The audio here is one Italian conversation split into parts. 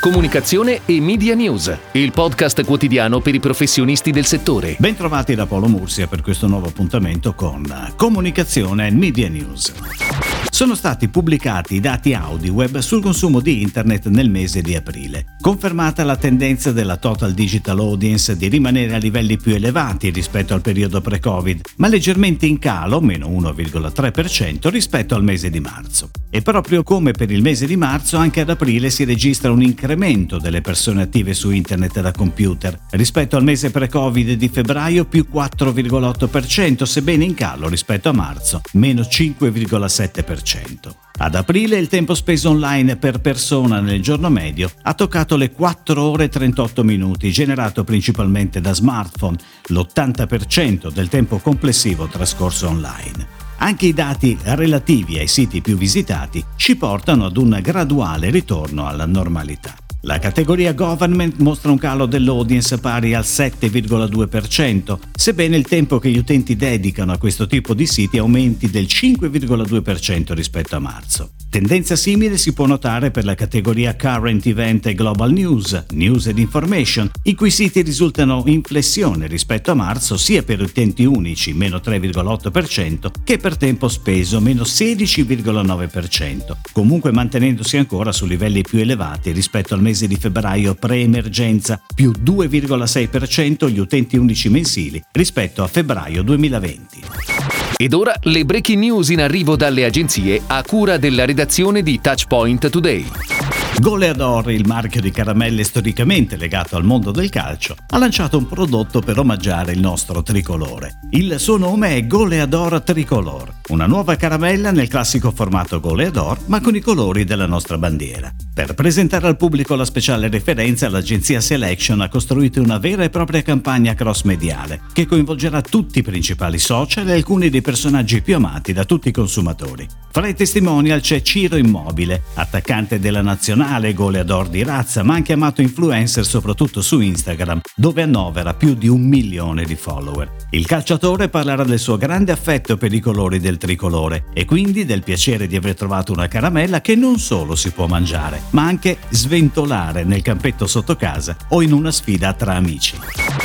Comunicazione e Media News, il podcast quotidiano per i professionisti del settore. Bentrovati da Paolo Mursia per questo nuovo appuntamento con Comunicazione e Media News. Sono stati pubblicati i dati AudiWeb sul consumo di Internet nel mese di aprile. Confermata la tendenza della Total Digital Audience di rimanere a livelli più elevati rispetto al periodo pre-Covid, ma leggermente in calo, meno 1,3% rispetto al mese di marzo. E proprio come per il mese di marzo, anche ad aprile si registra un incremento delle persone attive su Internet da computer. Rispetto al mese pre-Covid di febbraio, più 4,8%, sebbene in calo rispetto a marzo, meno 5,7%. Ad aprile il tempo speso online per persona nel giorno medio ha toccato le 4 ore e 38 minuti, generato principalmente da smartphone, l'80% del tempo complessivo trascorso online. Anche i dati relativi ai siti più visitati ci portano ad un graduale ritorno alla normalità. La categoria Government mostra un calo dell'audience pari al 7,2%, sebbene il tempo che gli utenti dedicano a questo tipo di siti aumenti del 5,2% rispetto a marzo. Tendenza simile si può notare per la categoria Current Event e Global News, News ed Information, i cui siti risultano in flessione rispetto a marzo sia per utenti unici, meno 3,8%, che per tempo speso, meno 16,9%, comunque mantenendosi ancora su livelli più elevati rispetto al mese di febbraio pre-emergenza, più 2,6% gli utenti unici mensili rispetto a febbraio 2020. Ed ora le breaking news in arrivo dalle agenzie a cura della redazione di Touchpoint Today. Goleador, il marchio di caramelle storicamente legato al mondo del calcio, ha lanciato un prodotto per omaggiare il nostro tricolore. Il suo nome è Goleador Tricolor, una nuova caramella nel classico formato Goleador, ma con i colori della nostra bandiera. Per presentare al pubblico la speciale referenza, l'agenzia Selection ha costruito una vera e propria campagna cross-mediale che coinvolgerà tutti i principali social e alcuni dei personaggi più amati da tutti i consumatori. Fra i testimonial c'è Ciro Immobile, attaccante della nazionale, goleador di razza, ma anche amato influencer soprattutto su Instagram, dove annovera più di 1 milione di follower. Il calciatore parlerà del suo grande affetto per i colori del tricolore e quindi del piacere di aver trovato una caramella che non solo si può mangiare, ma anche sventolare nel campetto sotto casa o in una sfida tra amici.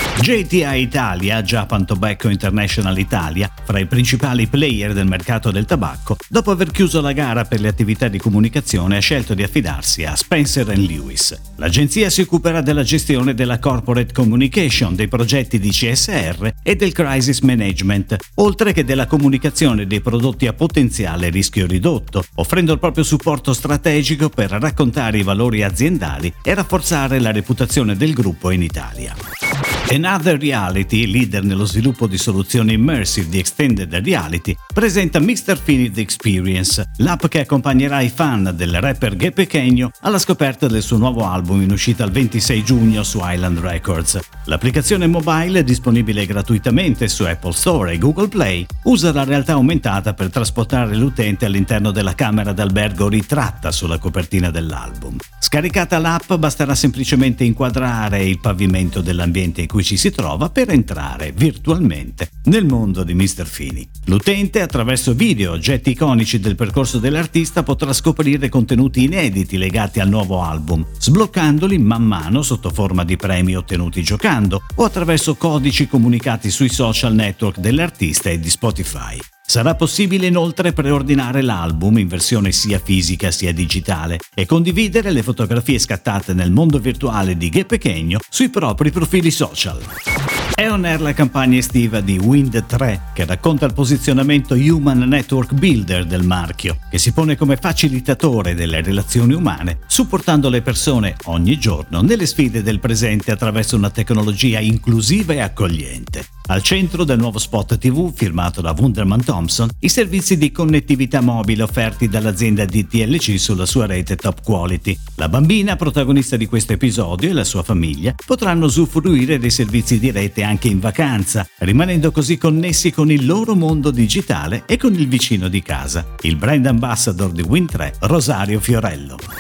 JTI Italia, Japan Tobacco International Italia, fra i principali player del mercato del tabacco, dopo aver chiuso la gara per le attività di comunicazione ha scelto di affidarsi a Spencer & Lewis. L'agenzia si occuperà della gestione della corporate communication, dei progetti di CSR e del crisis management, oltre che della comunicazione dei prodotti a potenziale rischio ridotto, offrendo il proprio supporto strategico per raccontare i valori aziendali e rafforzare la reputazione del gruppo in Italia. Another Reality, leader nello sviluppo di soluzioni immersive di extended reality, presenta Mr. Fini The Experience, l'app che accompagnerà i fan del rapper Ghe Pequeno alla scoperta del suo nuovo album in uscita il 26 giugno su Island Records. L'applicazione mobile, disponibile gratuitamente su Apple Store e Google Play, usa la realtà aumentata per trasportare l'utente all'interno della camera d'albergo ritratta sulla copertina dell'album. Scaricata l'app, basterà semplicemente inquadrare il pavimento dell'ambiente in cui ci si trova per entrare virtualmente nel mondo di Mr. Fini. L'utente, attraverso video, oggetti iconici del percorso dell'artista, potrà scoprire contenuti inediti legati al nuovo album, sbloccandoli man mano sotto forma di premi ottenuti giocando o attraverso codici comunicati sui social network dell'artista e di Spotify. Sarà possibile inoltre preordinare l'album in versione sia fisica sia digitale e condividere le fotografie scattate nel mondo virtuale di Ghe Pequeno sui propri profili social. È on air la campagna estiva di Wind 3 che racconta il posizionamento Human Network Builder del marchio, che si pone come facilitatore delle relazioni umane, supportando le persone ogni giorno nelle sfide del presente attraverso una tecnologia inclusiva e accogliente. Al centro del nuovo spot TV, firmato da Wunderman Thompson, i servizi di connettività mobile offerti dall'azienda DTLC sulla sua rete Top Quality. La bambina, protagonista di questo episodio, e la sua famiglia potranno usufruire dei servizi di rete anche in vacanza, rimanendo così connessi con il loro mondo digitale e con il vicino di casa. Il brand ambassador di Wind 3, Rosario Fiorello.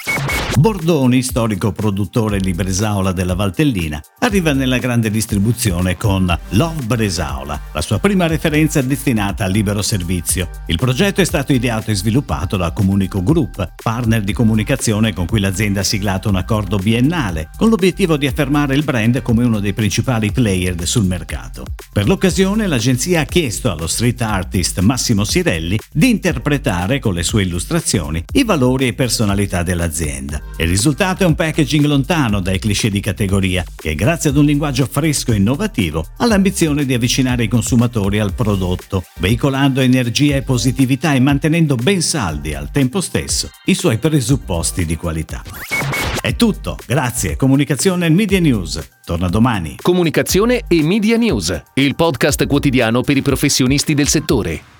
Bordoni, storico produttore di bresaola della Valtellina, arriva nella grande distribuzione con Love Bresaola, la sua prima referenza destinata al libero servizio. Il progetto è stato ideato e sviluppato da Comunico Group, partner di comunicazione con cui l'azienda ha siglato un accordo biennale, con l'obiettivo di affermare il brand come uno dei principali player sul mercato. Per l'occasione l'agenzia ha chiesto allo street artist Massimo Sirelli di interpretare con le sue illustrazioni i valori e personalità dell'azienda. Il risultato è un packaging lontano dai cliché di categoria che, grazie ad un linguaggio fresco e innovativo, ha l'ambizione di avvicinare i consumatori al prodotto, veicolando energia e positività e mantenendo ben saldi al tempo stesso i suoi presupposti di qualità. È tutto, grazie. Comunicazione e Media News torna domani. Comunicazione e Media News, il podcast quotidiano per i professionisti del settore.